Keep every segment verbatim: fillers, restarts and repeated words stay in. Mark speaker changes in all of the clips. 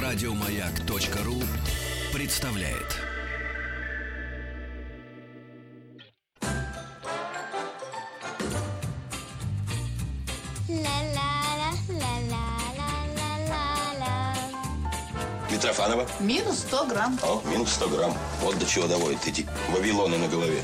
Speaker 1: Радиомаяк.ру представляет.
Speaker 2: Митрофанова.
Speaker 3: Минус сто грамм.
Speaker 2: О, минус сто грамм. Вот до чего доводят эти вавилоны на голове.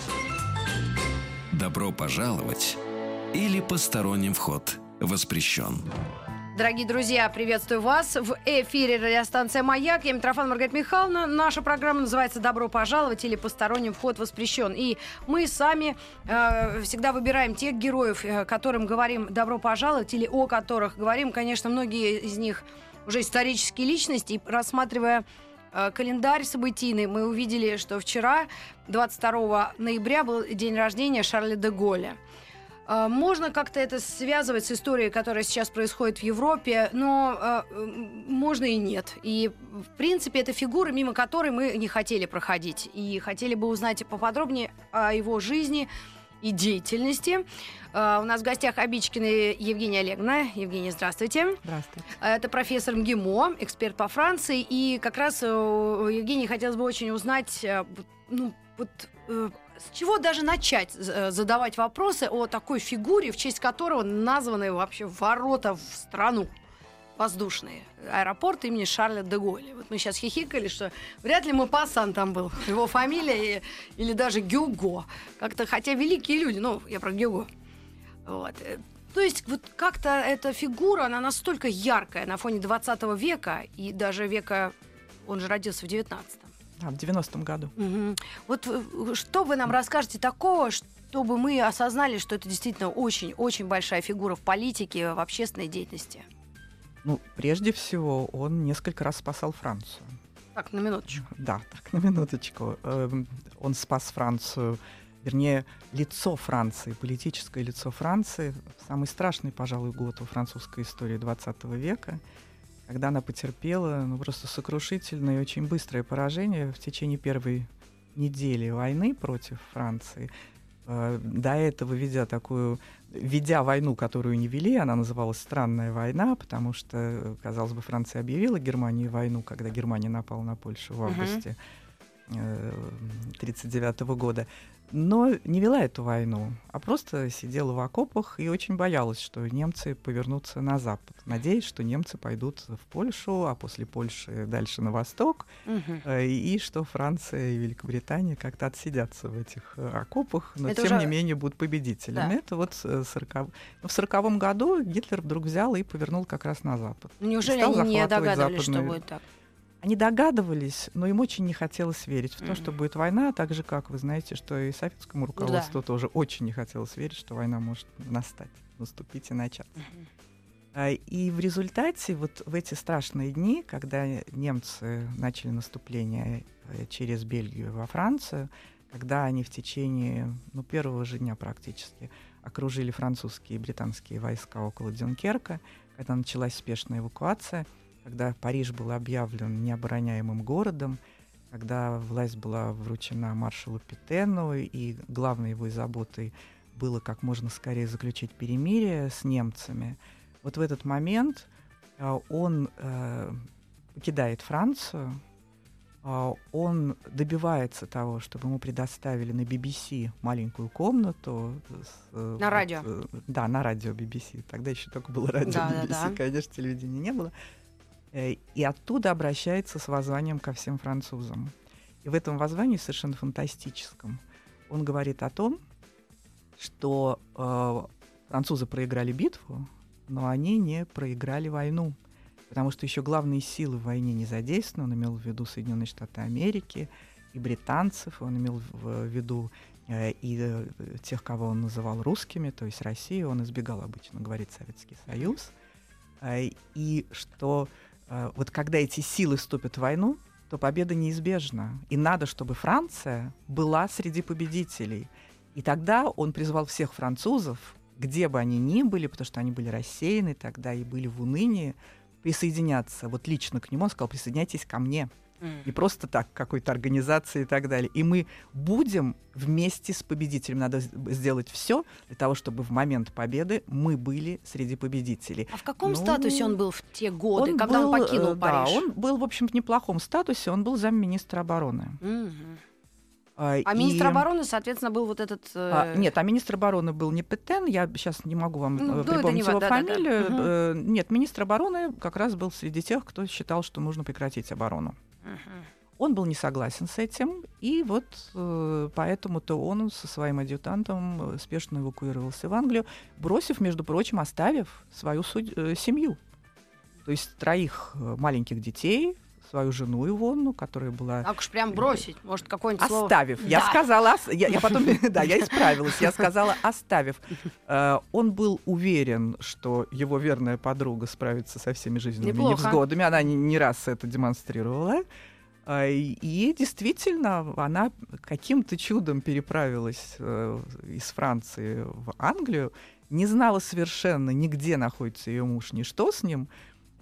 Speaker 1: Добро пожаловать или посторонним вход воспрещен.
Speaker 4: Дорогие друзья, приветствую вас. В эфире радиостанция «Маяк». Я Митрофанова Маргарита Михайловна. Наша программа называется «Добро пожаловать» или «Посторонним вход воспрещен». И мы сами э, всегда выбираем тех героев, э, которым говорим «добро пожаловать» или о которых говорим. Конечно, многие из них уже исторические личности. И рассматривая э, календарь событийный, мы увидели, что вчера, двадцать второго ноября, был день рождения Шарля де Голля. Можно как-то это связывать с историей, которая сейчас происходит в Европе, но э, можно и нет. И, в принципе, это фигура, мимо которой мы не хотели проходить. И хотели бы узнать поподробнее о его жизни и деятельности. Э, у нас в гостях Обичкина Евгения Олеговна. Евгения, здравствуйте.
Speaker 5: Здравствуйте.
Speaker 4: Это профессор МГИМО, эксперт по Франции. И как раз у Евгении хотелось бы очень узнать, ну, вот... С чего даже начать задавать вопросы о такой фигуре, в честь которого названы вообще ворота в страну воздушные? Аэропорт имени Шарля де Голля. Вот мы сейчас хихикали, что вряд ли Мопассан там был. Его фамилия или даже Гюго. Как-то, хотя великие люди, ну, я про Гюго. Вот. То есть вот как-то эта фигура, она настолько яркая на фоне двадцатого века и даже века, он же родился в девятнадцатом.
Speaker 5: Да, в девяностом году.
Speaker 4: Угу. Вот что вы нам расскажете такого, чтобы мы осознали, что это действительно очень-очень большая фигура в политике, в общественной деятельности?
Speaker 5: Ну, прежде всего, он несколько раз спасал Францию.
Speaker 4: Так, на минуточку.
Speaker 5: Да, так, на минуточку. Он спас Францию, вернее, лицо Франции, политическое лицо Франции в самый страшный, пожалуй, год в французской истории двадцатого века, когда она потерпела ну, просто сокрушительное и очень быстрое поражение в течение первой недели войны против Франции. Э, до этого, ведя такую, ведя войну, которую не вели, она называлась «Странная война», потому что, казалось бы, Франция объявила Германии войну, когда Германия напала на Польшу в августе тридцать девятого года, но не вела эту войну, а просто сидела в окопах и очень боялась, что немцы повернутся на запад, надеясь, что немцы пойдут в Польшу, а после Польши дальше на восток, угу. и, и что Франция и Великобритания как-то отсидятся в этих окопах, но это тем уже... не менее будут победителями. Да. Это вот сорокав... в сороковом году Гитлер вдруг взял и повернул как раз на запад.
Speaker 4: Неужели они не догадывались, западную... что будет так?
Speaker 5: Они догадывались, но им очень не хотелось верить в то, mm-hmm. что будет война, так же, как вы знаете, что и советскому руководству да. тоже очень не хотелось верить, что война может настать, наступить и начаться. Mm-hmm. И в результате вот в эти страшные дни, когда немцы начали наступление через Бельгию во Францию, когда они в течение ну, первого же дня практически окружили французские и британские войска около Дюнкерка, когда началась спешная эвакуация, когда Париж был объявлен необороняемым городом, когда власть была вручена маршалу Петену, и главной его заботой было как можно скорее заключить перемирие с немцами, вот в этот момент э, он э, покидает Францию, э, он добивается того, чтобы ему предоставили на би би си маленькую комнату. С,
Speaker 4: на
Speaker 5: вот,
Speaker 4: радио.
Speaker 5: Э, да, на радио би би си. Тогда еще только было радио да, би би си, да, да. Конечно, телевидения не было. И оттуда обращается с воззванием ко всем французам. И в этом воззвании, совершенно фантастическом, он говорит о том, что э, французы проиграли битву, но они не проиграли войну, потому что еще главные силы в войне не задействованы. Он имел в виду Соединенные Штаты Америки и британцев, он имел в виду э, и э, тех, кого он называл русскими, то есть Россию, он избегал обычно говорить Советский Союз, э, и что вот когда эти силы вступят в войну, то победа неизбежна. И надо, чтобы Франция была среди победителей. И тогда он призвал всех французов, где бы они ни были, потому что они были рассеяны тогда и были в унынии, присоединяться. Вот лично к нему он сказал: присоединяйтесь ко мне. Не просто так, какой-то организации и так далее. И мы будем вместе с победителем. Надо сделать все для того, чтобы в момент победы мы были среди победителей.
Speaker 4: А в каком
Speaker 5: ну,
Speaker 4: статусе он был в те годы,
Speaker 5: он
Speaker 4: когда
Speaker 5: был,
Speaker 4: он покинул
Speaker 5: да,
Speaker 4: Париж?
Speaker 5: он был, в общем, в неплохом статусе. Он был замминистра обороны.
Speaker 4: Угу.
Speaker 5: А,
Speaker 4: а
Speaker 5: и...
Speaker 4: министр обороны, соответственно, был вот этот... Э...
Speaker 5: А, нет, а министр обороны был не Петен, я сейчас не могу вам
Speaker 4: ну,
Speaker 5: припомнить его
Speaker 4: да,
Speaker 5: фамилию.
Speaker 4: Да, да.
Speaker 5: Э, угу. Нет, министр обороны как раз был среди тех, кто считал, что нужно прекратить оборону.
Speaker 4: Угу.
Speaker 5: Он был не согласен с этим, и вот э, поэтому-то он со своим адъютантом спешно эвакуировался в Англию, бросив, между прочим, оставив свою суд- э, семью. То есть троих маленьких детей, свою жену Ивонну, которая была...
Speaker 4: Так уж прям бросить, может, какое-нибудь слово...
Speaker 5: Оставив.
Speaker 4: Да.
Speaker 5: Я сказала... Я, я потом... Да, я исправилась. Я сказала оставив. Uh, он был уверен, что его верная подруга справится со всеми жизненными
Speaker 4: Неплохо.
Speaker 5: невзгодами. Она не, не раз это демонстрировала. Uh, и, и действительно, она каким-то чудом переправилась uh, из Франции в Англию, не знала совершенно, нигде находится ее муж, ни что с ним.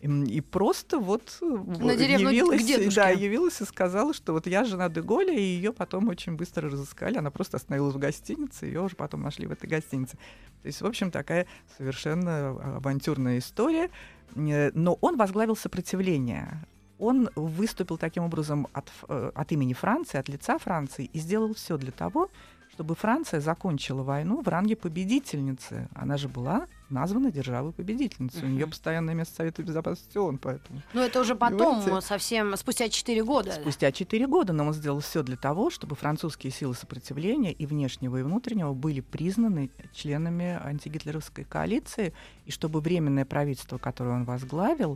Speaker 5: И просто вот явилась, да, явилась и сказала, что вот я жена де Голля, и ее потом очень быстро разыскали. Она просто остановилась в гостинице, ее уже потом нашли в этой гостинице. То есть, в общем, такая совершенно авантюрная история. Но он возглавил сопротивление. Он выступил таким образом от, от имени Франции, от лица Франции, и сделал все для того, чтобы Франция закончила войну в ранге победительницы. Она же была названа державой-победительницей. Uh-huh. У нее постоянное место Совета Безопасности ООН, поэтому...
Speaker 4: Но это уже потом, понимаете? совсем спустя четыре года.
Speaker 5: Спустя четыре года, но он сделал все для того, чтобы французские силы сопротивления и внешнего, и внутреннего были признаны членами антигитлеровской коалиции, и чтобы Временное правительство, которое он возглавил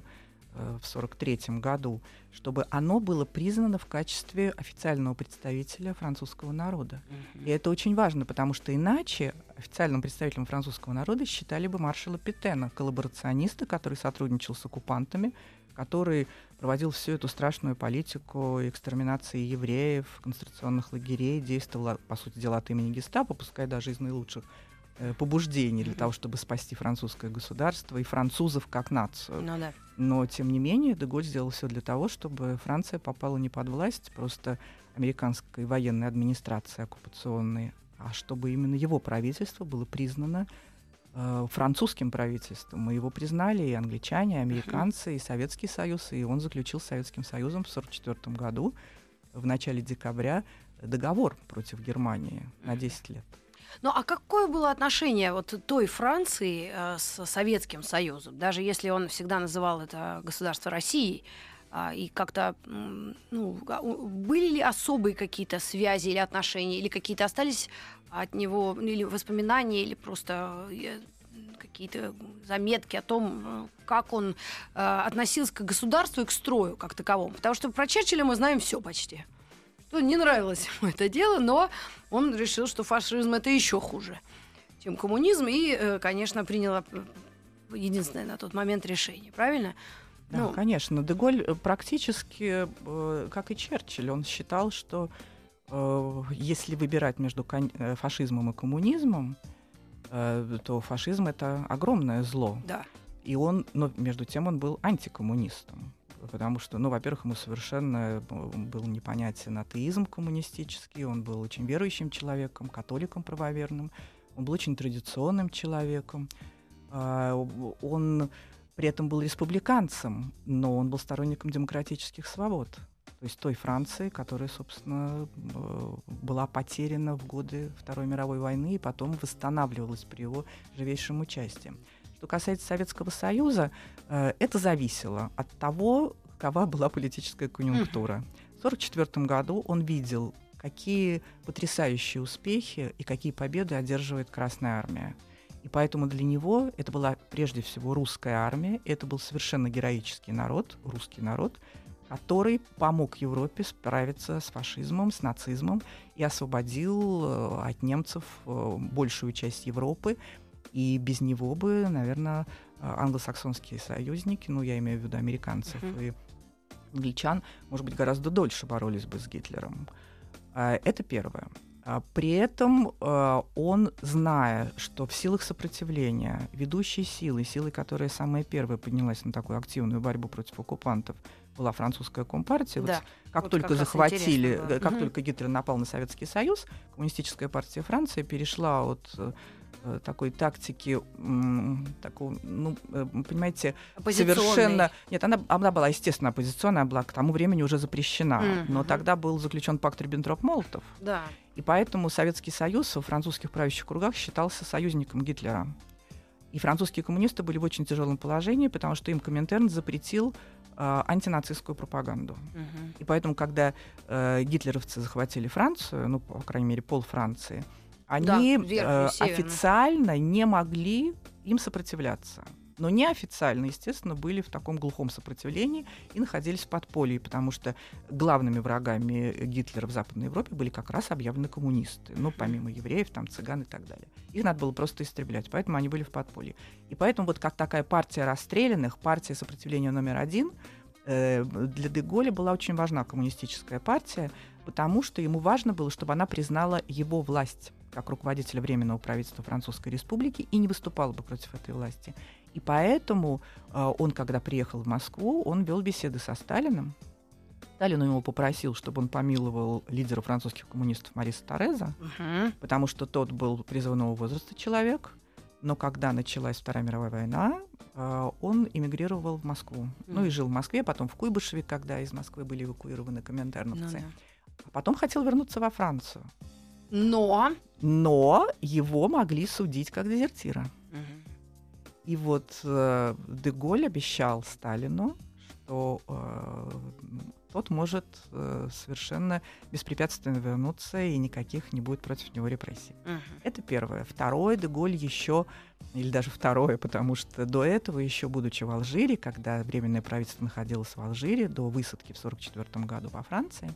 Speaker 5: в сорок третьем году, чтобы оно было признано в качестве официального представителя французского народа. Mm-hmm. И это очень важно, потому что иначе официальным представителем французского народа считали бы маршала Петена, коллаборациониста, который сотрудничал с оккупантами, который проводил всю эту страшную политику экстерминации евреев, концентрационных лагерей, действовал, по сути дела, от имени гестапо, пускай даже из наилучших побуждений для того, чтобы спасти французское государство и французов как нацию.
Speaker 4: Ну, да.
Speaker 5: Но, тем не менее, де Голль сделал все для того, чтобы Франция попала не под власть просто американской военной администрации оккупационной, а чтобы именно его правительство было признано э, французским правительством. Мы его признали и англичане, и американцы, и Советский Союз, и он заключил с Советским Союзом в сорок четвёртом году, в начале декабря, договор против Германии на десять лет.
Speaker 4: Ну а какое было отношение вот той Франции э, с Советским Союзом, даже если он всегда называл это государство Россией, э, и как-то, ну, были ли особые какие-то связи или отношения, или какие-то остались от него, или воспоминания, или просто э, какие-то заметки о том, как он э, относился к государству и к строю как таковому? Потому что про Черчилля мы знаем все почти. Не нравилось ему это дело, но он решил, что фашизм — это еще хуже, чем коммунизм, и, конечно, принял единственное на тот момент решение, правильно?
Speaker 5: Да,
Speaker 4: ну.
Speaker 5: Конечно. Де Голль практически, как и Черчилль, он считал, что если выбирать между фашизмом и коммунизмом, то фашизм — это огромное зло.
Speaker 4: Да.
Speaker 5: И он, но между тем, он был антикоммунистом. Потому что, ну, во-первых, ему совершенно был непонятен атеизм коммунистический, он был очень верующим человеком, католиком правоверным, он был очень традиционным человеком, он при этом был республиканцем, но он был сторонником демократических свобод, то есть той Франции, которая, собственно, была потеряна в годы Второй мировой войны и потом восстанавливалась при его живейшем участии. Что касается Советского Союза, э, это зависело от того, какова была политическая конъюнктура. В тысяча девятьсот сорок четвёртом году он видел, какие потрясающие успехи и какие победы одерживает Красная Армия. И поэтому для него это была прежде всего русская армия, это был совершенно героический народ, русский народ, который помог Европе справиться с фашизмом, с нацизмом и освободил э, от немцев э, большую часть Европы. И без него бы, наверное, англосаксонские союзники, ну, я имею в виду американцев uh-huh. и англичан, может быть, гораздо дольше боролись бы с Гитлером. Это первое. При этом он, зная, что в силах сопротивления ведущей силой, силой, которая самая первая поднялась на такую активную борьбу против оккупантов, была французская компартия.
Speaker 4: Да.
Speaker 5: Вот как
Speaker 4: вот
Speaker 5: только
Speaker 4: как
Speaker 5: захватили, как
Speaker 4: угу.
Speaker 5: только Гитлер напал на Советский Союз, коммунистическая партия Франции перешла от э, такой тактики, м, такого, ну, э, понимаете, совершенно... Нет, она, она была, естественно, оппозиционная, она была к тому времени уже запрещена.
Speaker 4: Угу.
Speaker 5: Но тогда был заключен пакт Риббентроп-Молотов.
Speaker 4: Да.
Speaker 5: И поэтому Советский Союз в французских правящих кругах считался союзником Гитлера. И французские коммунисты были в очень тяжелом положении, потому что им Коминтерн запретил э, антинацистскую пропаганду. Uh-huh. И поэтому, когда э, гитлеровцы захватили Францию, ну, по крайней мере, пол Франции, они
Speaker 4: да,
Speaker 5: э, официально не могли им сопротивляться. Но неофициально, естественно, были в таком глухом сопротивлении и находились в подполье, потому что главными врагами Гитлера в Западной Европе были как раз объявлены коммунисты. Ну, помимо евреев, там, цыган и так далее. Их надо было просто истреблять, поэтому они были в подполье. И поэтому вот как такая партия расстрелянных, партия сопротивления номер один, э, для де Голля была очень важна коммунистическая партия, потому что ему важно было, чтобы она признала его власть как руководителя Временного правительства Французской Республики и не выступала бы против этой власти. И поэтому э, он, когда приехал в Москву, он вел беседы со Сталиным. Сталин его попросил, чтобы он помиловал лидера французских коммунистов Мориса Тореза, uh-huh. потому что тот был призывного возраста человек. Но когда началась Вторая мировая война, э, он эмигрировал в Москву. Uh-huh. Ну и жил в Москве, потом в Куйбышеве, когда из Москвы были эвакуированы коминтерновцы. Uh-huh. А потом хотел вернуться во Францию.
Speaker 4: Но?
Speaker 5: Но его могли судить как дезертира. Uh-huh. И вот э, де Голль обещал Сталину, что э, тот может э, совершенно беспрепятственно вернуться, и никаких не будет против него репрессий. Uh-huh. Это первое. Второе, де Голль еще, или даже второе, потому что до этого, еще будучи в Алжире, когда Временное правительство находилось в Алжире, до высадки в сорок четвёртом году во Франции,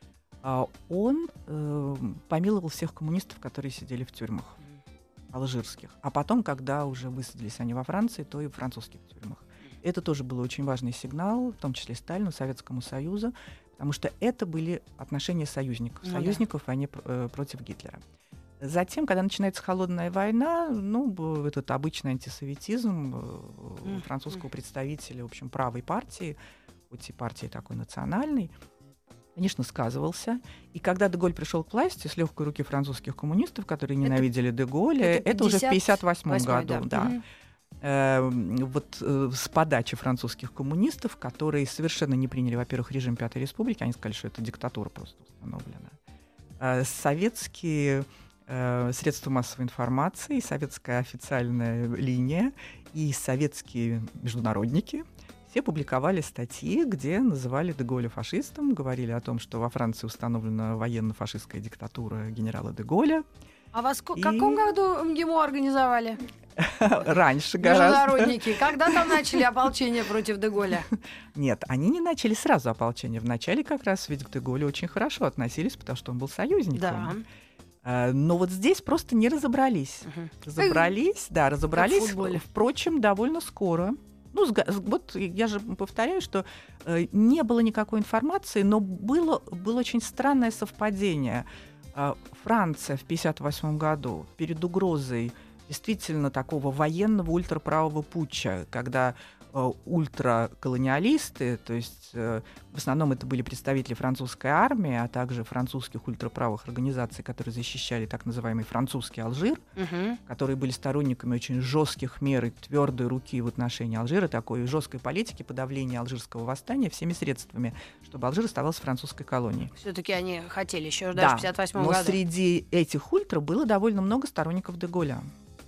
Speaker 5: э, он э, помиловал всех коммунистов, которые сидели в тюрьмах алжирских. А потом, когда уже высадились они во Франции, то и в французских тюрьмах. Это тоже был очень важный сигнал, в том числе Сталину, Советскому Союзу, потому что это были отношения союзников, ну, союзников да. а не э, против Гитлера. Затем, когда начинается холодная война, ну, этот обычный антисоветизм э, французского представителя, в общем, правой партии, хоть и партии такой национальной, конечно, сказывался. И когда де Голль пришел к власти с легкой руки французских коммунистов, которые ненавидели
Speaker 4: это,
Speaker 5: де Голля, это, это уже в пятьдесят восьмом году. Да. Да.
Speaker 4: Угу.
Speaker 5: Э, вот э, с подачи французских коммунистов, которые совершенно не приняли, во-первых, режим Пятой Республики, они сказали, что это диктатура просто установлена. Э, советские э, средства массовой информации, советская официальная линия и советские международники все публиковали статьи, где называли де Голля фашистом, говорили о том, что во Франции установлена военно-фашистская диктатура генерала де Голля.
Speaker 4: А во ск- и... каком году ему организовали?
Speaker 5: Раньше гораздо.
Speaker 4: Международники. Когда там начали ополчение против де Голля?
Speaker 5: Нет, они не начали сразу ополчение. Вначале как раз ведь к де Голлю очень хорошо относились, потому что он был союзником. Да. Но вот здесь просто не разобрались. Угу. Разобрались, да, разобрались, впрочем, довольно скоро. Ну, вот я же повторяю, что э, не было никакой информации, но было, было очень странное совпадение. Э, Франция в пятьдесят восьмом году перед угрозой действительно такого военного ультраправого путча, когда э, ультраколониалисты, то есть э, в основном это были представители французской армии, а также французских ультраправых организаций, которые защищали так называемый французский Алжир, угу. которые были сторонниками очень жестких мер и твердой руки в отношении Алжира, такой жесткой политики подавления алжирского восстания всеми средствами, чтобы Алжир оставался французской колонией.
Speaker 4: Все-таки они хотели еще
Speaker 5: да,
Speaker 4: даже в пятьдесят восьмом
Speaker 5: но
Speaker 4: году.
Speaker 5: Среди этих ультра было довольно много сторонников де Голля.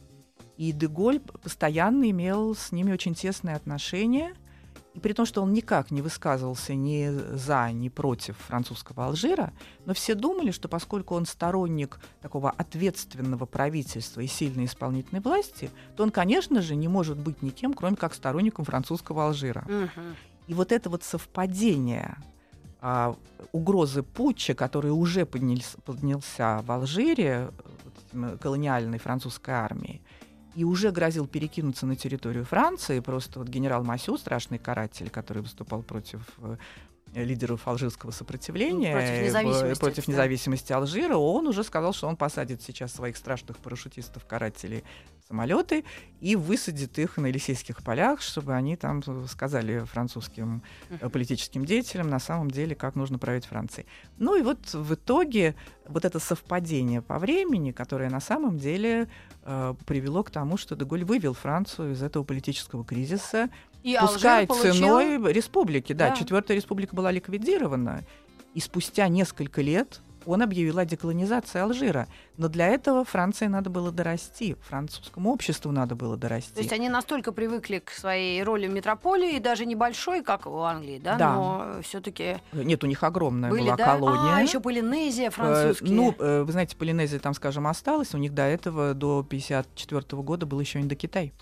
Speaker 5: И де Голль постоянно имел с ними очень тесные отношения. И при том, что он никак не высказывался ни за, ни против французского Алжира, но все думали, что поскольку он сторонник такого ответственного правительства и сильной исполнительной власти, то он, конечно же, не может быть никем, кроме как сторонником французского Алжира. Угу. И вот это вот совпадение а, угрозы путча, который уже поднялся, поднялся в Алжире вот, колониальной французской армией, и уже грозил перекинуться на территорию Франции. Просто вот генерал Массю, страшный каратель, который выступал против э, лидеров алжирского сопротивления,
Speaker 4: против независимости,
Speaker 5: э, против независимости Алжира, он уже сказал, что он посадит сейчас своих страшных парашютистов-карателей в самолеты и высадит их на Елисейских полях, чтобы они там сказали французским политическим деятелям на самом деле, как нужно править Францией. Ну и вот в итоге вот это совпадение по времени, которое на самом деле э, привело к тому, что де-Голь вывел Францию из этого политического кризиса,
Speaker 4: и
Speaker 5: пускай
Speaker 4: получил...
Speaker 5: ценой республики. Да,
Speaker 4: да.
Speaker 5: Четвертая республика была ликвидирована, и спустя несколько лет он объявил о деколонизации Алжира. Но для этого Франции надо было дорасти, французскому обществу надо было дорасти.
Speaker 4: То есть они настолько привыкли к своей роли в метрополии, даже небольшой, как у Англии, да,
Speaker 5: да.
Speaker 4: но все-таки
Speaker 5: Нет, у них огромная
Speaker 4: были,
Speaker 5: была
Speaker 4: да?
Speaker 5: колония.
Speaker 4: А, еще Полинезия французские.
Speaker 5: Э, ну, э, вы знаете, Полинезия там, скажем, осталась. У них до этого, до пятьдесят четвёртого года, был еще Индокитай.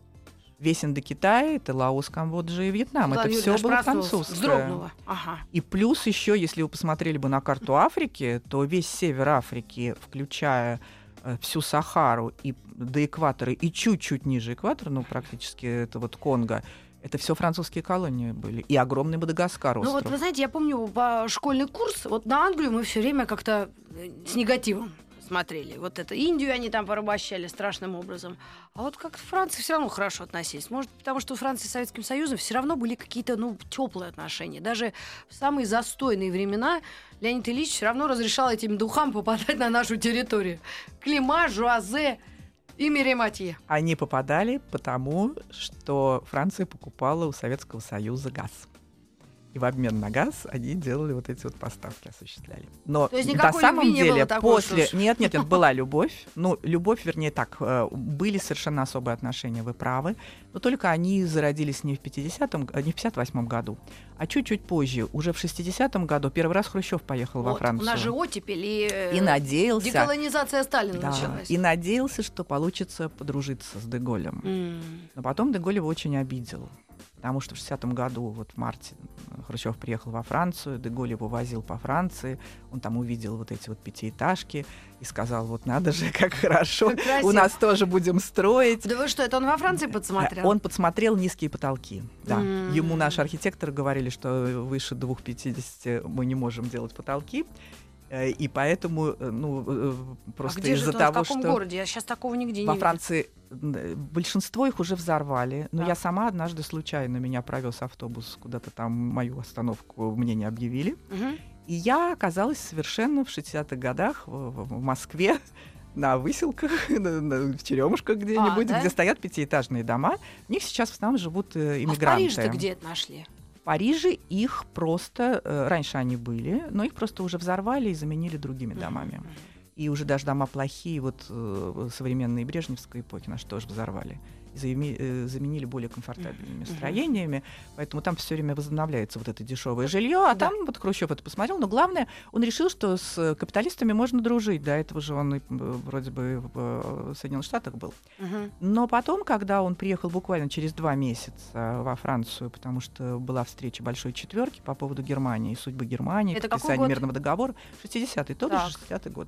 Speaker 5: Весь Индокитай — это Лаос, Камбоджа и Вьетнам.
Speaker 4: Да,
Speaker 5: это все было французское.
Speaker 4: Вздрогнуло. Ага.
Speaker 5: И плюс еще, если вы посмотрели бы на карту Африки, то весь север Африки, включая э, всю Сахару и до экватора, и чуть-чуть ниже экватора, ну, практически это вот Конго, это все французские колонии были. И огромный Мадагаскар остров.
Speaker 4: Ну вот, вы знаете, я помню по школьный курс, вот на Англию мы все время как-то с негативом смотрели. Вот это Индию они там порабощали страшным образом. А вот как-то Франции все равно хорошо относились. Может, потому что у Франции с Советским Союзом все равно были какие-то, ну, теплые отношения. Даже в самые застойные времена Леонид Ильич все равно разрешал этим духам попадать на нашу территорию. Клима, Жуазе и Мирематье.
Speaker 5: Они попадали потому, что Франция покупала у Советского Союза газ. И в обмен на газ они делали вот эти вот поставки, осуществляли. Но
Speaker 4: то есть
Speaker 5: на самом
Speaker 4: не
Speaker 5: деле
Speaker 4: было такого,
Speaker 5: после...
Speaker 4: что...
Speaker 5: Нет, нет, нет, была любовь. Ну, любовь, вернее, так, были совершенно особые отношения, вы правы. Но только они зародились не в пятидесятом, не в пятьдесят восьмом году, а чуть-чуть позже. Уже в шестидесятом году первый раз Хрущев поехал
Speaker 4: вот,
Speaker 5: во Францию.
Speaker 4: У нас же оттепель и,
Speaker 5: и надеялся,
Speaker 4: деколонизация Сталина
Speaker 5: да,
Speaker 4: началась.
Speaker 5: И надеялся, что получится подружиться с де-Голем. Mm. Но потом де-Голь его очень обидел. Потому что в шестидесятом году, вот в марте, Хрущев приехал во Францию, де-Голь его возил по Франции, он там увидел вот эти вот пятиэтажки и сказал, вот надо же, как хорошо, как у нас тоже будем строить.
Speaker 4: Да вы что, это он во Франции подсмотрел?
Speaker 5: Он подсмотрел низкие потолки, да. Mm. Ему наши архитекторы говорили, что выше двух пятидесяти мы не можем делать потолки. И поэтому, ну, просто
Speaker 4: а где
Speaker 5: из-за
Speaker 4: же
Speaker 5: того,
Speaker 4: в каком
Speaker 5: что...
Speaker 4: городе? Я сейчас такого нигде не
Speaker 5: Во
Speaker 4: видела.
Speaker 5: Франции большинство их уже взорвали. Но
Speaker 4: да.
Speaker 5: я сама однажды случайно, меня провез автобус куда-то там, мою остановку мне не объявили.
Speaker 4: Угу.
Speaker 5: И я оказалась совершенно в шестидесятых годах в, в Москве на Выселках, в Черемушках где-нибудь, а, да? где стоят пятиэтажные дома. В них сейчас в основном живут иммигранты.
Speaker 4: А в Париже-то где это нашли?
Speaker 5: В Париже их просто... Э, раньше они были, но их просто уже взорвали и заменили другими домами. Mm-hmm. И уже даже дома плохие, вот э, современные Брежневской эпохи наши тоже взорвали. И заими, э, заменили более комфортабельными mm-hmm. строениями. Поэтому там все время возобновляется вот это дешевое жилье. А да. там вот Хрущев это посмотрел. Но главное, он решил, что с капиталистами можно дружить. До этого же он вроде бы в Соединенных Штатах был. Mm-hmm. Но потом, когда он приехал буквально через два месяца во Францию, потому что была встреча Большой Четверки по поводу Германии и судьбы Германии, подписания мирного договора, шестидесятый, тот же шестидесятый год,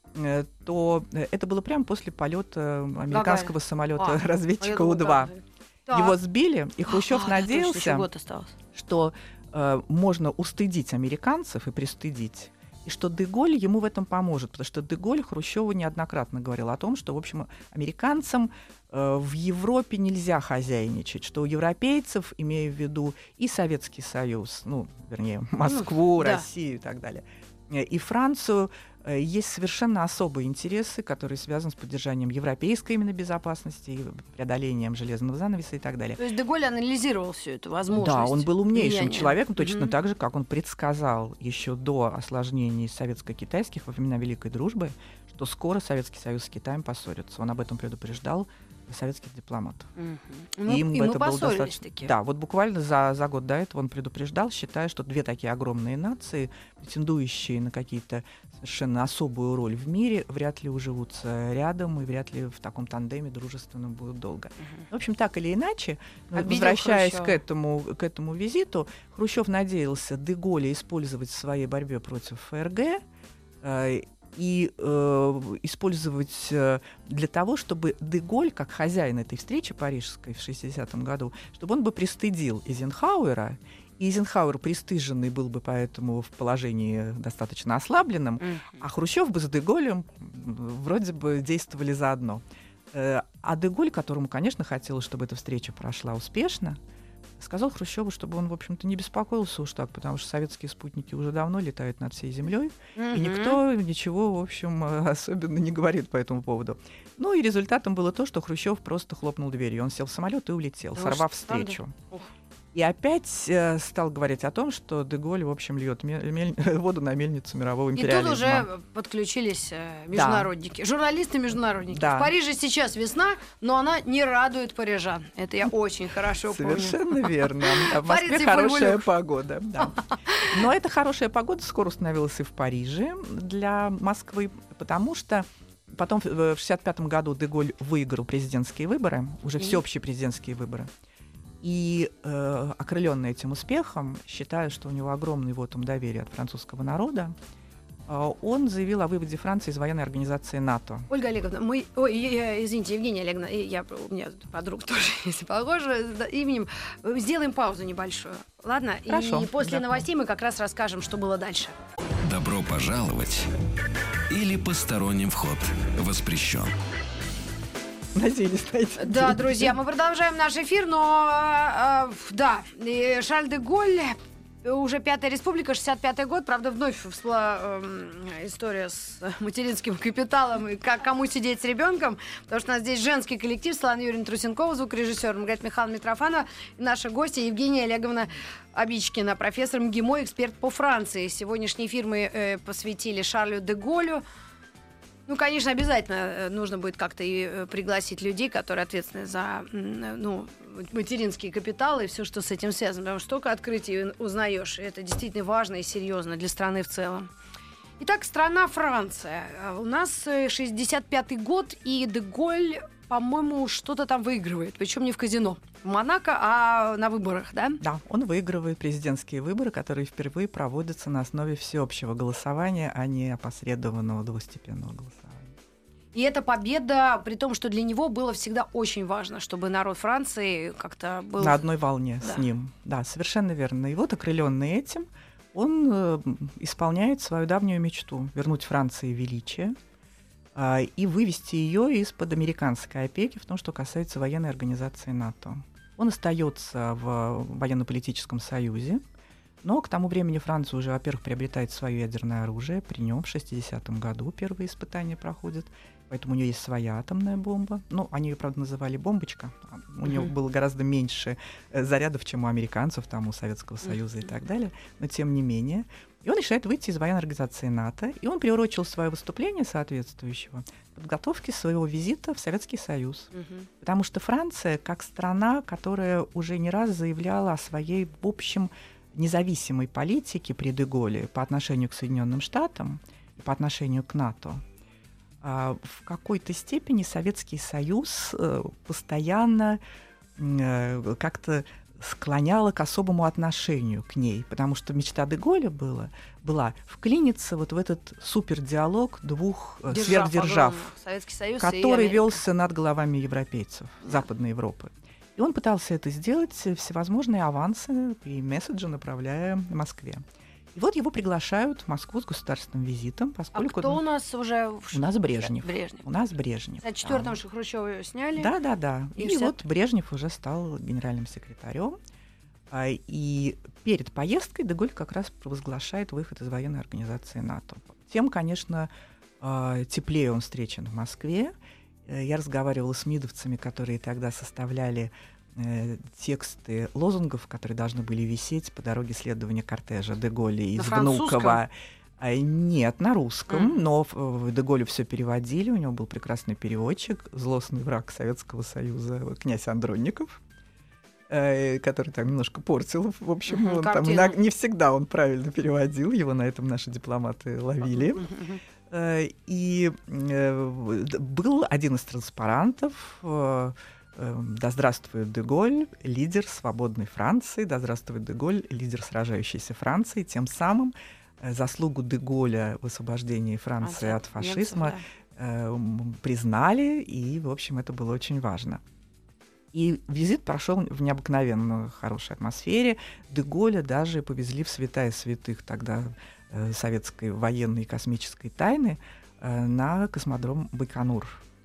Speaker 5: то это было прямо после полета американского Гагарин. самолета а, разведчика У-два. Так. Его сбили, и Хрущев а, надеялся, что э, можно устыдить американцев и пристыдить, и что де-Голь ему в этом поможет, потому что де-Голь Хрущеву неоднократно говорил о том, что, в общем, американцам э, в Европе нельзя хозяйничать, что у европейцев, имея в виду и Советский Союз, ну, вернее, Москву, ну, Россию да. и так далее, и Францию, есть совершенно особые интересы, которые связаны с поддержанием европейской именно безопасности, преодолением железного занавеса и так далее.
Speaker 4: То есть де-Голь анализировал всю эту возможность.
Speaker 5: Да, он был умнейшим
Speaker 4: влияния.
Speaker 5: человеком, точно
Speaker 4: mm-hmm.
Speaker 5: так же, как он предсказал еще до осложнений советско-китайских во времена Великой Дружбы, что скоро Советский Союз с Китаем поссорятся. Он об этом предупреждал советских дипломатов.
Speaker 4: Mm-hmm. И, им и это мы было достаточно. Таки.
Speaker 5: Да, вот буквально за, за год до этого он предупреждал, считая, что две такие огромные нации, претендующие на какие-то совершенно особую роль в мире, вряд ли уживутся рядом и вряд ли в таком тандеме дружественном будут долго. Mm-hmm. В общем, так или иначе, Обидел возвращаясь к этому, к этому визиту, Хрущев надеялся де-Голля использовать в своей борьбе против ФРГ э, и э, использовать э, для того, чтобы де-Голь, как хозяин этой встречи парижской в шестидесятом году, чтобы он бы пристыдил Эйзенхауэра, и Эйзенхауэр, пристыженный, был бы поэтому в положении достаточно ослабленном, mm-hmm. а Хрущев бы с де-Голлем вроде бы действовали заодно. Э, А Де-Голь, которому, конечно, хотелось, чтобы эта встреча прошла успешно, сказал Хрущеву, чтобы он, в общем-то, не беспокоился уж так, потому что советские спутники уже давно летают над всей землей, mm-hmm. и никто ничего, в общем, особенно не говорит по этому поводу. Ну и результатом было то, что Хрущев просто хлопнул дверью. Он сел в самолет и улетел, да, сорвав встречу. И опять э, стал говорить о том, что Де-Голь, в общем, льет мель- мель- воду на мельницу мирового империализма.
Speaker 4: И тут уже подключились э, международники, да. журналисты-международники. Да. В Париже сейчас весна, но она не радует парижан. Это я очень хорошо помню.
Speaker 5: Совершенно верно. В Москве хорошая погода. Но эта хорошая погода скоро установилась и в Париже для Москвы, потому что потом в шестьдесят пятом году Де-Голь выиграл президентские выборы, уже всеобщие президентские выборы. И э, окрыленный этим успехом, считая, что у него огромный вотум доверия от французского народа, э, он заявил о выводе Франции из военной организации НАТО.
Speaker 4: Ольга Олеговна, мы... Ой, я, извините, Евгения Олеговна, я, у меня подруга тоже, если похоже, именем. Сделаем паузу небольшую, ладно?
Speaker 5: Хорошо.
Speaker 4: И после
Speaker 5: да.
Speaker 4: новостей мы как раз расскажем, что было дальше.
Speaker 1: Добро пожаловать или посторонним вход воспрещен.
Speaker 5: Надеялись найти.
Speaker 4: Да, друзья, мы продолжаем наш эфир, но э, э, да, и Шарль де Голль, уже Пятая Республика, шестьдесят пятый год, правда, вновь всплыла э, история с материнским капиталом и как, кому сидеть с ребенком, потому что у нас здесь женский коллектив, Светлана Юрьевна Трусенкова, звукорежиссер Маргарита Михайловна Митрофанова, и наша гостья Евгения Олеговна Обичкина, профессор МГИМО, эксперт по Франции. Сегодняшний эфир мы э, посвятили Шарлю де Голлю. Ну, конечно, обязательно нужно будет как-то и пригласить людей, которые ответственны за, ну, материнский капитал и все, что с этим связано. Потому что столько открытий узнаешь. И это действительно важно и серьезно для страны в целом. Итак, страна Франция. У нас шестьдесят пятый год, и де Голль, по-моему, что-то там выигрывает. Причем не в казино. В Монако, а на выборах, да?
Speaker 5: Да, он выигрывает президентские выборы, которые впервые проводятся на основе всеобщего голосования, а не опосредованного двустепенного голосования.
Speaker 4: И эта победа, при том, что для него было всегда очень важно, чтобы народ Франции как-то был...
Speaker 5: На одной волне
Speaker 4: да.
Speaker 5: с ним. Да, совершенно верно. И вот, окрыленный этим, он э, исполняет свою давнюю мечту — вернуть Франции величие э, и вывести ее из-под американской опеки в том, что касается военной организации НАТО. Он остается в военно-политическом союзе, но к тому времени Франция уже, во-первых, приобретает свое ядерное оружие. При нем в шестидесятом году первые испытания проходят. Поэтому у нее есть своя атомная бомба. Ну, они ее, правда, называли «бомбочка». У нее mm-hmm. было гораздо меньше э, зарядов, чем у американцев, там, у Советского Союза mm-hmm. и так далее. Но тем не менее. И он решает выйти из военной организации НАТО. И он приурочил свое выступление соответствующего к подготовке своего визита в Советский Союз. Mm-hmm. Потому что Франция, как страна, которая уже не раз заявляла о своей, в общем, независимой политике при де Голле по отношению к Соединенным Штатам и по отношению к НАТО, в какой-то степени Советский Союз постоянно как-то склоняла к особому отношению к ней, потому что мечта де Голля была, была вклиниться вот в этот супердиалог двух Держав, сверхдержав,
Speaker 4: Советский Союз
Speaker 5: который велся над головами европейцев, Западной Европы. И он пытался это сделать, всевозможные авансы и месседжи направляя Москве. И вот его приглашают в Москву с государственным визитом, поскольку...
Speaker 4: А кто у нас уже...
Speaker 5: У нас Брежнев.
Speaker 4: Брежнев.
Speaker 5: У нас Брежнев.
Speaker 4: За четвертом да. Хрущёва сняли.
Speaker 5: Да, да, да. И, и
Speaker 4: шестьдесят...
Speaker 5: вот Брежнев уже стал генеральным секретарем. И перед поездкой де Голль как раз провозглашает выход из военной организации НАТО. Тем, конечно, теплее он встречен в Москве. Я разговаривала с мидовцами, которые тогда составляли э, тексты лозунгов, которые должны были висеть по дороге следования кортежа де Голля из Внуково. А, нет, на русском, mm. но в де Голле все переводили. У него был прекрасный переводчик, злостный враг Советского Союза, князь Андронников, э, который там немножко портил. В общем, mm-hmm, он, там, иногда, не всегда он правильно переводил, его на этом наши дипломаты ловили. Mm-hmm. И э, был один из транспарантов э, э, «Да здравствует де Голль, лидер свободной Франции», «Да здравствует де Голль, лидер сражающейся Франции». Тем самым э, заслугу де Голля в освобождении Франции а, от фашизма э, признали, и, в общем, это было очень важно. И визит прошел в необыкновенно хорошей атмосфере. Де Голля даже повезли в святая святых тогда советской военной и космической тайны на космодром Байконур.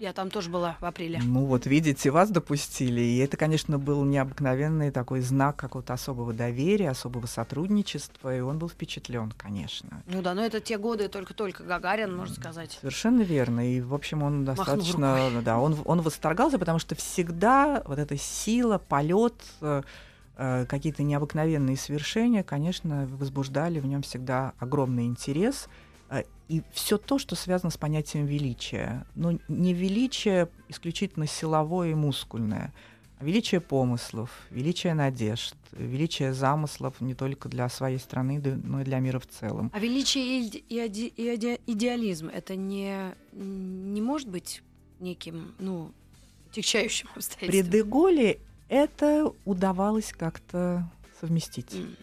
Speaker 4: Я там тоже была в апреле.
Speaker 5: Ну вот, видите, вас допустили. И это, конечно, был необыкновенный такой знак какого-то особого доверия, особого сотрудничества. И он был впечатлен, конечно.
Speaker 4: Ну да, но это те годы только-только Гагарин, можно сказать.
Speaker 5: Совершенно верно. И, в общем, он достаточно... Да, он, он восторгался, потому что всегда вот эта сила, полет, какие-то необыкновенные свершения, конечно, возбуждали в нем всегда огромный интерес. И все то, что связано с понятием величия. Но не величие исключительно силовое и мускульное, а величие помыслов, величие надежд, величие замыслов не только для своей страны, но и для мира в целом.
Speaker 4: А величие и, иде, и иде, идеализм — это не, не может быть неким, ну, тягчающим обстоятельством?
Speaker 5: При де Голле это удавалось как-то совместить. Mm.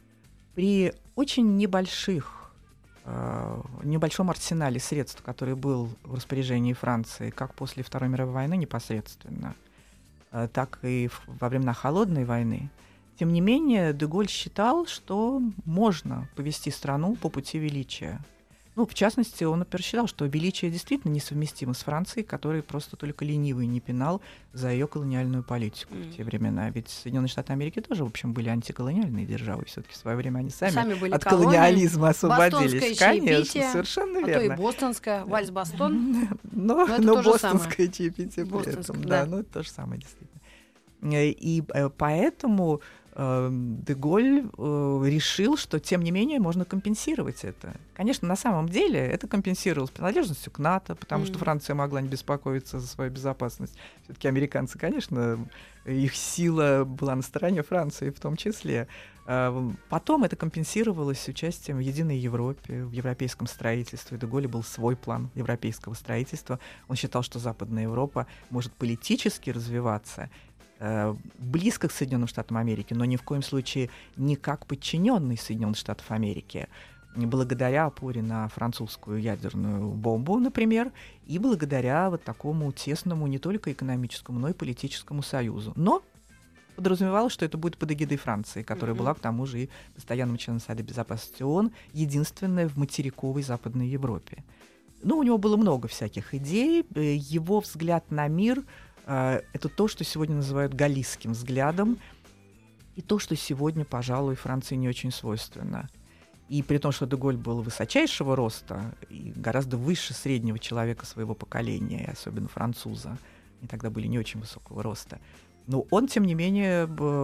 Speaker 5: При очень небольших небольшом арсенале средств, который был в распоряжении Франции как после Второй мировой войны непосредственно, так и во времена Холодной войны. Тем не менее, де Голль считал, что можно повести страну по пути величия. Ну, в частности, он, например, считал, что величие действительно несовместимо с Францией, которая просто только ленивый не пинал за ее колониальную политику mm. в те времена. Ведь Соединенные Штаты Америки тоже, в общем, были антиколониальные державы. Все-таки в свое время они сами, сами от колонии, колониализма освободились. Конечно, совершенно
Speaker 4: а
Speaker 5: верно.
Speaker 4: А то и бостонская, вальс-бастон.
Speaker 5: Но, но, но бостонское чаепитие при этом. Да, ну это то же самое, действительно. И поэтому де Голль э, решил, что, тем не менее, можно компенсировать это. Конечно, на самом деле это компенсировалось принадлежностью к НАТО, потому mm-hmm. что Франция могла не беспокоиться за свою безопасность. Все-таки американцы, конечно, их сила была на стороне Франции в том числе. Потом это компенсировалось участием в единой Европе, в европейском строительстве. У де Голля был свой план европейского строительства. Он считал, что Западная Европа может политически развиваться близко к Соединенным Штатам Америки, но ни в коем случае не как подчиненный Соединенных Штатов Америки, благодаря опоре на французскую ядерную бомбу, например, и благодаря вот такому тесному не только экономическому, но и политическому союзу. Но подразумевалось, что это будет под эгидой Франции, которая mm-hmm. была, к тому же, и постоянным членом Совета Безопасности ООН, единственная в материковой Западной Европе. Ну, у него было много всяких идей. Его взгляд на мир — это то, что сегодня называют галлийским взглядом, и то, что сегодня, пожалуй, Франции не очень свойственно. И при том, что де Голль был высочайшего роста и гораздо выше среднего человека своего поколения, и особенно француза, они тогда были не очень высокого роста, но он, тем не менее,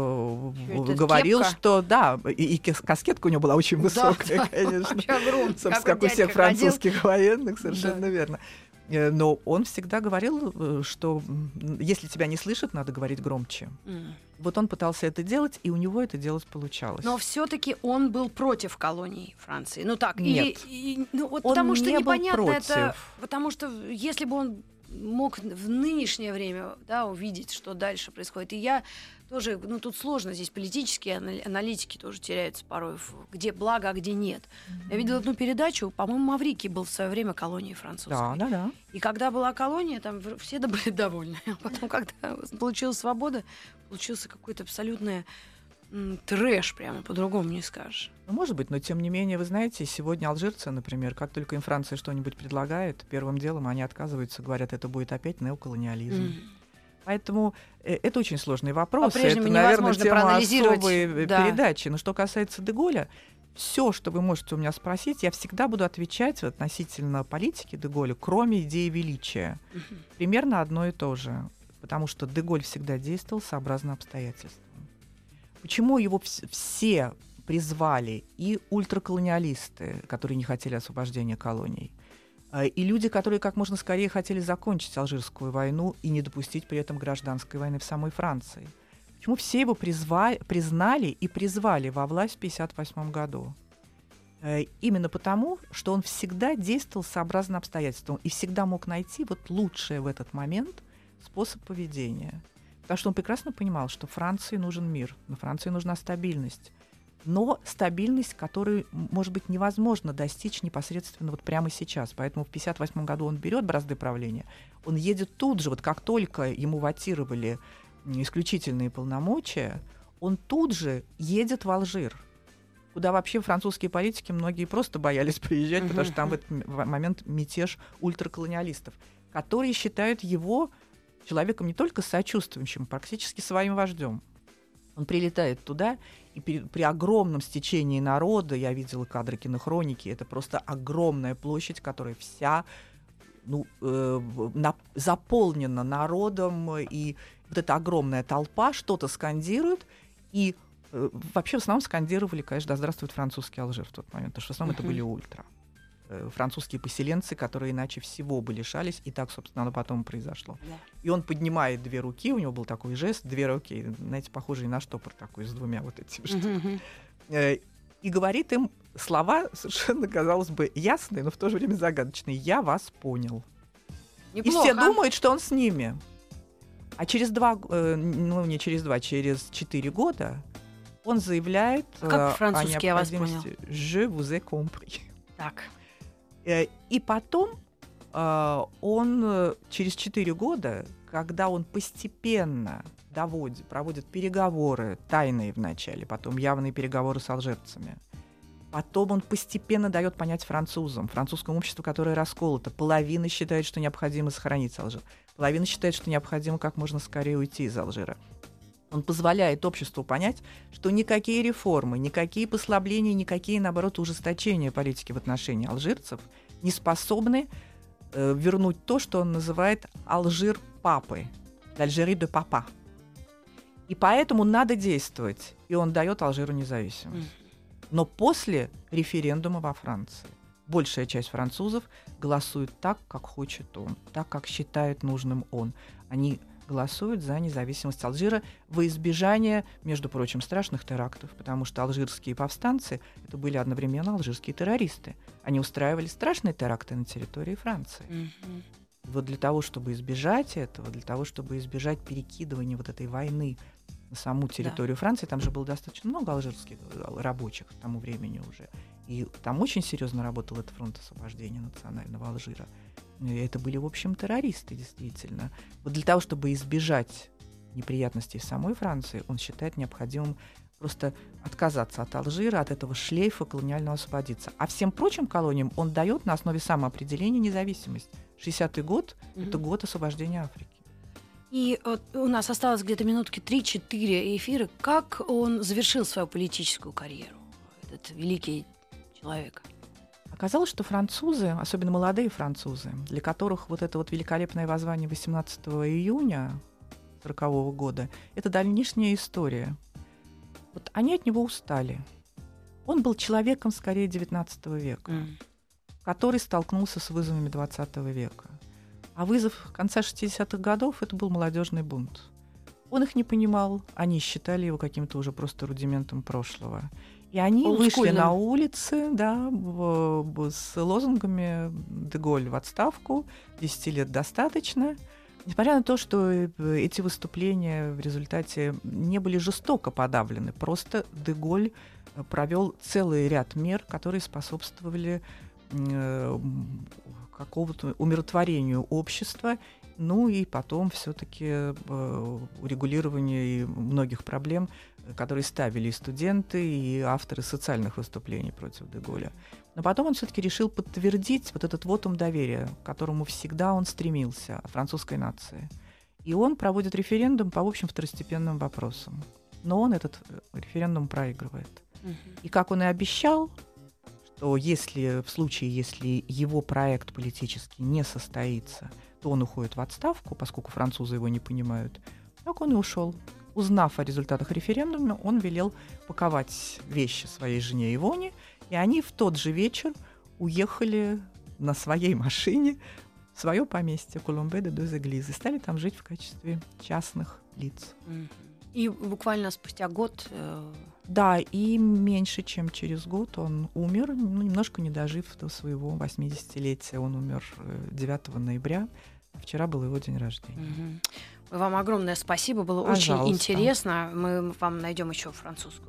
Speaker 5: б- говорил, кепка? Что да, и, и каскетка у него была очень высокая, да, конечно, собственно, как у всех французских военных, совершенно да. верно. Но он всегда говорил, что если тебя не слышат, надо говорить громче. Mm. Вот он пытался это делать, и у него это делать получалось.
Speaker 4: Но все-таки он был против колоний Франции. Ну так,
Speaker 5: нет,
Speaker 4: и, и, ну, вот
Speaker 5: он
Speaker 4: потому что
Speaker 5: не
Speaker 4: непонятно
Speaker 5: был против.
Speaker 4: Это, потому что если бы он мог в нынешнее время, да, увидеть, что дальше происходит, и я тоже, ну тут сложно, здесь политические аналитики тоже теряются порой, где благо, а где нет. Mm-hmm. Я видела одну передачу, по-моему, Маврикий был в свое время колонией французской.
Speaker 5: Да, да, да.
Speaker 4: И когда была колония, там все были довольны. А потом, когда получилась свобода, получился какой-то абсолютный м, трэш, прямо по-другому не скажешь.
Speaker 5: Ну, может быть, но тем не менее, вы знаете, сегодня алжирцы, например, как только им Франция что-нибудь предлагает, первым делом они отказываются, говорят, это будет опять неоколониализм. Mm-hmm. Поэтому это очень сложный вопрос. Это, наверное, тема особой да. передачи. Но что касается де Голля, все, что вы можете у меня спросить, я всегда буду отвечать относительно политики де Голля, кроме идеи величия. Uh-huh. Примерно одно и то же. Потому что де Голль всегда действовал сообразно обстоятельствам. Почему его вс- все призвали и ультраколониалисты, которые не хотели освобождения колоний, и люди, которые как можно скорее хотели закончить Алжирскую войну и не допустить при этом гражданской войны в самой Франции. Почему все его призва- признали и призвали во власть в тысяча девятьсот пятьдесят восьмом году? Именно потому, что он всегда действовал сообразно обстоятельствам и всегда мог найти вот лучшее в этот момент способ поведения. Потому что он прекрасно понимал, что Франции нужен мир, но Франции нужна стабильность. Но стабильность, которую, может быть, невозможно достичь непосредственно вот прямо сейчас. Поэтому в тысяча девятьсот пятьдесят восьмом году он берет бразды правления, он едет тут же, вот как только ему ватировали исключительные полномочия, он тут же едет в Алжир, куда вообще французские политики многие просто боялись приезжать, потому что там в этот момент мятеж ультраколониалистов. которые считают его человеком не только сочувствующим, практически своим вождем. Он прилетает туда, и при, при огромном стечении народа, я видела кадры кинохроники, это просто огромная площадь, которая вся ну, э, на, заполнена народом, и вот эта огромная толпа что-то скандирует, и э, вообще в основном скандировали, конечно, да здравствует французский Алжир в тот момент, потому что в основном uh-huh. это были ультра. Французские поселенцы, которые иначе всего бы лишались, и так, собственно, оно потом произошло. Yeah. И он поднимает две руки, у него был такой жест, две руки, знаете, похожий на штопор такой, с двумя вот этими штуками. Uh-huh. И говорит им слова совершенно, казалось бы, ясные, но в то же время загадочные. «Я вас понял». Неплохо. И все думают, что он с ними. А через два, ну не через два, через четыре года он заявляет
Speaker 4: а как французский,
Speaker 5: о
Speaker 4: я
Speaker 5: необходимости «Je vous ai compris».
Speaker 4: Так.
Speaker 5: И потом э, он через четыре года, когда он постепенно доводит, проводит переговоры, тайные вначале, потом явные переговоры с алжирцами, потом он постепенно дает понять французам, французскому обществу, которое расколото. Половина считает, что необходимо сохранить Алжир, половина считает, что необходимо как можно скорее уйти из Алжира. Он позволяет обществу понять, что никакие реформы, никакие послабления, никакие, наоборот, ужесточения политики в отношении алжирцев не способны э, вернуть то, что он называет «Алжир папы», «L'Algérie de papa». И поэтому надо действовать. И он дает Алжиру независимость. Но после референдума во Франции большая часть французов голосует так, как хочет он, так, как считает нужным он. Они голосуют за независимость Алжира во избежание, между прочим, страшных терактов, потому что алжирские повстанцы — это были одновременно алжирские террористы. Они устраивали страшные теракты на территории Франции. Mm-hmm. Вот для того, чтобы избежать этого, для того, чтобы избежать перекидывания вот этой войны на саму территорию да. Франции, там же было достаточно много алжирских рабочих к тому времени уже, и там очень серьезно работал этот фронт освобождения национального Алжира. Это были, в общем, террористы, действительно. Вот для того, чтобы избежать неприятностей в самой Франции, он считает необходимым просто отказаться от Алжира, от этого шлейфа колониального освободиться. А всем прочим колониям он дает на основе самоопределения независимость. шестидесятый год mm-hmm. — это год освобождения Африки.
Speaker 4: И вот у нас осталось где-то минутки три-четыре эфира. Как он завершил свою политическую карьеру, этот великий человек?
Speaker 5: Оказалось, что французы, особенно молодые французы, для которых вот это вот великолепное воззвание восемнадцатого июня сорокового года — это давнишняя история. Вот они от него устали. Он был человеком скорее девятнадцатого века, mm. который столкнулся с вызовами двадцатого века. А вызов конца шестидесятых годов — это был молодежный бунт. Он их не понимал, они считали его каким-то уже просто рудиментом прошлого. И они вышли на улицы, да, в, в, с лозунгами «Де-Голь в отставку», «десять лет достаточно». Несмотря на то, что эти выступления в результате не были жестоко подавлены, просто Де-Голь провел целый ряд мер, которые способствовали э, какому-то умиротворению общества, ну и потом все-таки э, урегулированию многих проблем, которые ставили и студенты, и авторы социальных выступлений против Де-Голля. Но потом он все-таки решил подтвердить вот этот вотум доверия, к которому всегда он стремился, от французской нации. И он проводит референдум по, в общем, второстепенным вопросам. Но он этот референдум проигрывает. Uh-huh. И как он и обещал, что если в случае, если его проект политический не состоится, то он уходит в отставку, поскольку французы его не понимают, так он и ушел. Узнав о результатах референдума, он велел паковать вещи своей жене Ивоне, и они в тот же вечер уехали на своей машине в свое поместье Коломбе-де-Deux-Églises и стали там жить в качестве частных лиц.
Speaker 4: И буквально спустя год... Э...
Speaker 5: Да, и меньше чем через год он умер, ну, немножко не дожив до своего восьмидесятилетия. Он умер девятого ноября. Вчера был его день рождения.
Speaker 4: Угу. Вам огромное спасибо, было Пожалуйста. Очень интересно. Мы вам найдем еще французскую какую-нибудь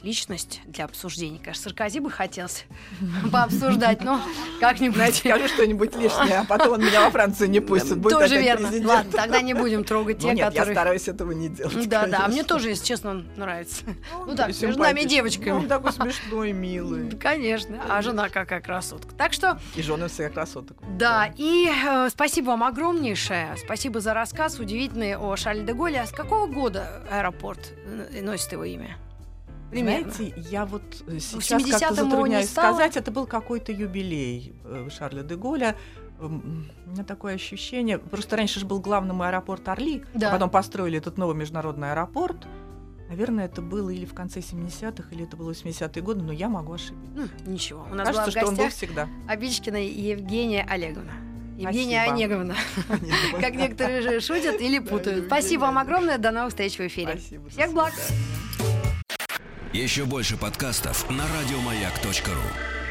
Speaker 4: личность для обсуждения. Конечно, Саркози бы хотелось пообсуждать, но как-нибудь.
Speaker 5: Знаете, скажу что-нибудь лишнее, а потом он меня во Францию не пустит. Будет
Speaker 4: тоже
Speaker 5: опять
Speaker 4: верно.
Speaker 5: президент.
Speaker 4: Ладно, тогда не будем трогать
Speaker 5: Ну
Speaker 4: те,
Speaker 5: нет,
Speaker 4: которые...
Speaker 5: я стараюсь этого не делать.
Speaker 4: Да, да,
Speaker 5: конечно.
Speaker 4: мне тоже, если честно, он нравится. Ну так,
Speaker 5: Симпатичный.
Speaker 4: между нами девочками.
Speaker 5: Ну, он такой смешной, милый.
Speaker 4: Конечно, а жена какая красотка. Так что,
Speaker 5: И жены всех красоток.
Speaker 4: да, и э, спасибо вам огромнейшее. Спасибо за рассказ удивительный о Шарле де Голле. А с какого года аэропорт э, носит его имя? Примерно.
Speaker 5: Знаете, я вот э, сейчас как-то
Speaker 4: семидесятом его не
Speaker 5: затрудняюсь
Speaker 4: стало?
Speaker 5: сказать, это был какой-то юбилей э, Шарля де Голля. Эм, У меня такое ощущение, просто раньше же был главным аэропорт Орли,
Speaker 4: Да.
Speaker 5: а потом построили этот новый международный аэропорт. Наверное, это было или в конце семидесятых, или это было восьмидесятые годы, но я могу ошибиться.
Speaker 4: Ну, ничего. У нас
Speaker 5: Кажется,
Speaker 4: была в
Speaker 5: что он был
Speaker 4: гостях
Speaker 5: всегда.
Speaker 4: Обидчкина Евгения Олеговна. Евгения
Speaker 5: Спасибо.
Speaker 4: Онеговна. Как некоторые же шутят или путают.
Speaker 5: Да,
Speaker 4: Спасибо вам
Speaker 5: Евгения.
Speaker 4: огромное. До новых встреч в эфире.
Speaker 5: Спасибо, до
Speaker 4: Всех благ.
Speaker 5: свидания.
Speaker 1: Еще больше подкастов на радиомаяк точка ру.